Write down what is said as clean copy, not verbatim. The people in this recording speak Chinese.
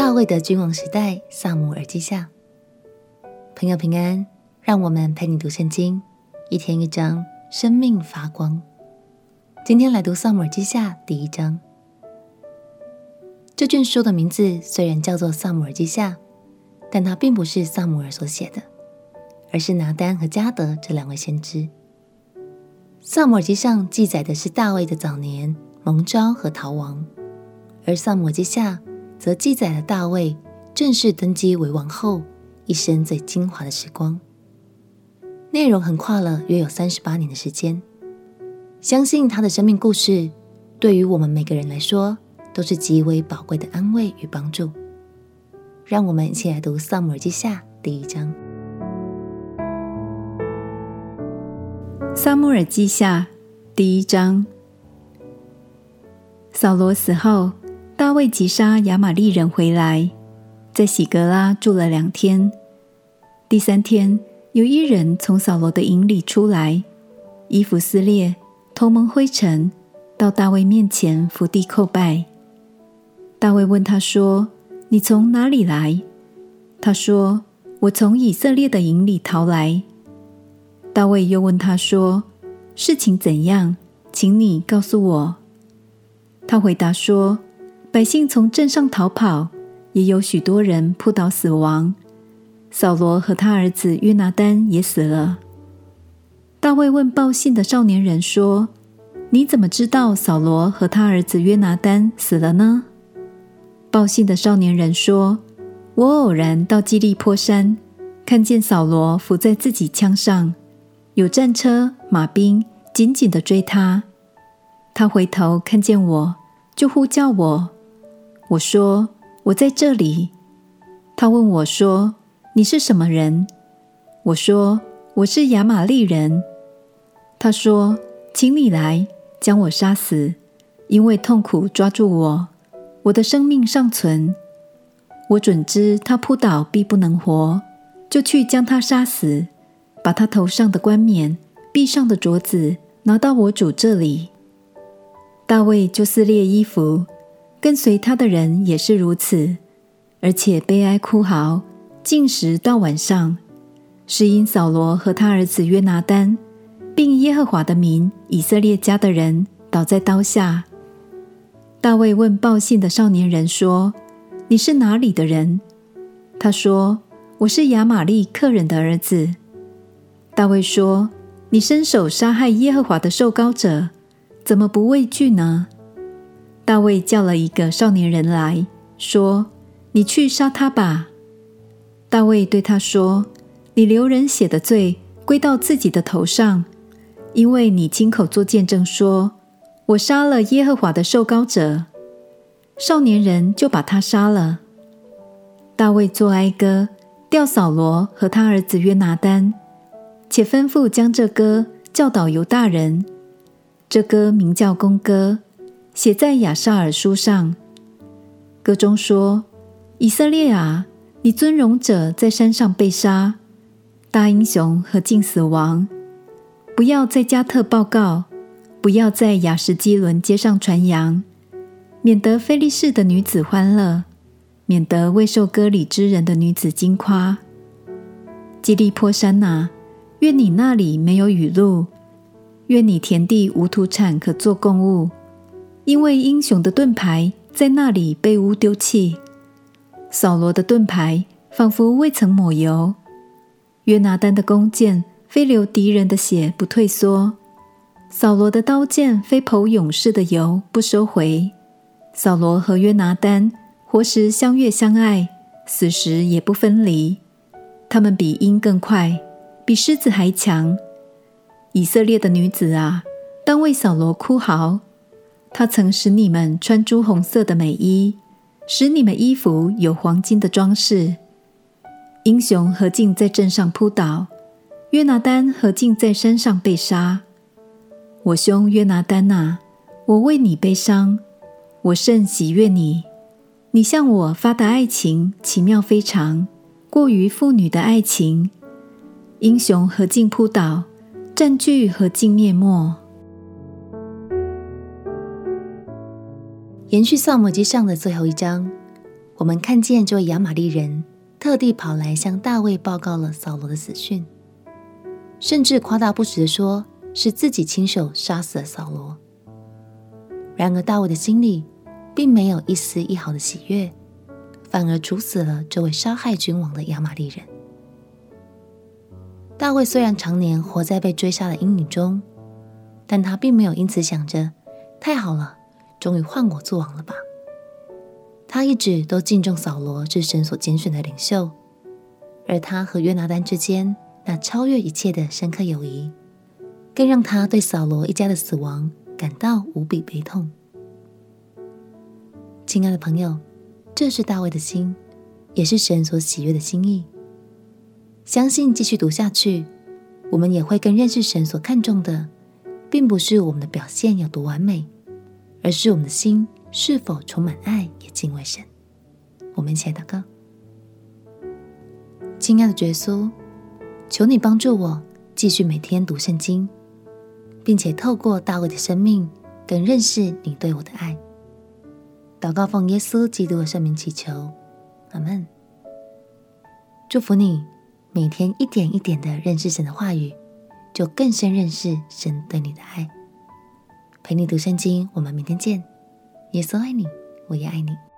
大卫的君王时代，撒母耳记下。朋友平安，让我们陪你读圣经，一天一章，生命发光。今天来读撒母耳记下第1章。这卷书的名字虽然叫做撒母耳记下，但它并不是撒母耳所写的，而是拿单和迦得这2位先知。撒母耳记上记载的是大卫的早年、蒙召和逃亡，而撒母耳记下则记载了大卫正式登基为王后一生最精华的时光。内容横跨了约有38年的时间，相信他的生命故事对于我们每个人来说都是极为宝贵的安慰与帮助。让我们一起来读撒母耳记下第1章。 撒母耳记下第1章。扫罗死后，大卫击杀亚玛利人回来，在喜格拉住了2天。第3天，有一人从扫罗的营里出来，衣服撕裂，头蒙灰尘，到大卫面前伏地叩拜。大卫问他说：“你从哪里来？”他说：“我从以色列的营里逃来。”大卫又问他说：“事情怎样？请你告诉我。”他回答说：“百姓从镇上逃跑，也有许多人扑倒死亡。扫罗和他儿子约拿单也死了。”大卫问报信的少年人说：“你怎么知道扫罗和他儿子约拿单死了呢？”报信的少年人说：“我偶然到基利波山，看见扫罗伏在自己枪上，有战车、马兵紧紧地追他。他回头看见我，就呼叫我。我说：我在这里。他问我说：你是什么人？我说：我是亚玛利人。他说：请你来，将我杀死，因为痛苦抓住我，我的生命尚存。我准知他扑倒必不能活，就去将他杀死，把他头上的冠冕、臂上的镯子拿到我主这里。大卫就撕裂衣服，跟随他的人也是如此，而且悲哀哭嚎，禁食到晚上，是因扫罗和他儿子约拿单，并耶和华的民以色列家的人倒在刀下。大卫问报信的少年人说：你是哪里的人？他说：我是亚玛利客人的儿子。大卫说：你伸手杀害耶和华的受膏者，怎么不畏惧呢？大卫叫了一个少年人来说：你去杀他吧。大卫对他说：你流人血的罪归到自己的头上，因为你亲口作见证说，我杀了耶和华的受膏者。少年人就把他杀了。大卫作哀歌，调扫罗和他儿子约拿单，且吩咐将这歌教导犹大人。这歌名叫弓歌，写在亚萨尔书上。歌中说：以色列啊，你尊荣者在山上被杀，大英雄何竟死亡？不要在加特报告，不要在亚什基伦街上传扬，免得非利士的女子欢乐，免得未受割礼之人的女子矜夸。基利波山啊，愿你那里没有雨露，愿你田地无土产可做供物，因为英雄的盾牌在那里被污丢弃。扫罗的盾牌仿佛未曾抹油，约拿单的弓箭非流敌人的血不退缩，扫罗的刀剑非剖勇士的油不收回。扫罗和约拿单活时相悦相爱，死时也不分离。他们比鹰更快，比狮子还强。以色列的女子啊，当为扫罗哭嚎。他曾使你们穿朱红色的美衣，使你们衣服有黄金的装饰。英雄何竟在镇上扑倒，约拿单何竟在山上被杀。我兄约拿单啊，我为你悲伤，我甚喜悦你。你向我发的爱情奇妙非常，过于妇女的爱情。英雄何竟扑倒，占据何竟灭没。 延续撒母耳记上的最后1章， 我们看见这位亚玛力人特地跑来向大卫报告了扫罗的死讯，甚至夸大不实地说是自己亲手杀死了扫罗。然而大卫的心里并没有一丝一毫的喜悦，反而处死了这位杀害君王的亚玛力人。大卫虽然常年活在被追杀的阴影中，但他并没有因此想着太好了，终于换我做王了吧。他一直都敬重扫罗是神所拣选的领袖，而他和约拿单之间那超越一切的深刻友谊，更让他对扫罗一家的死亡感到无比悲痛。亲爱的朋友，这是大卫的心，也是神所喜悦的心意。相信继续读下去，我们也会更认识神所看重的，并不是我们的表现有多完美，而是我们的心是否充满爱，也敬畏神。我们一起来祷告。亲爱的耶稣，求你帮助我继续每天读圣经，并且透过大卫的生命更认识你对我的爱。祷告奉耶稣基督的圣名祈求，阿们。祝福你每天一点一点的认识神的话语，就更深认识神对你的爱。陪你读圣经，我们明天见。耶稣爱你，我也爱你。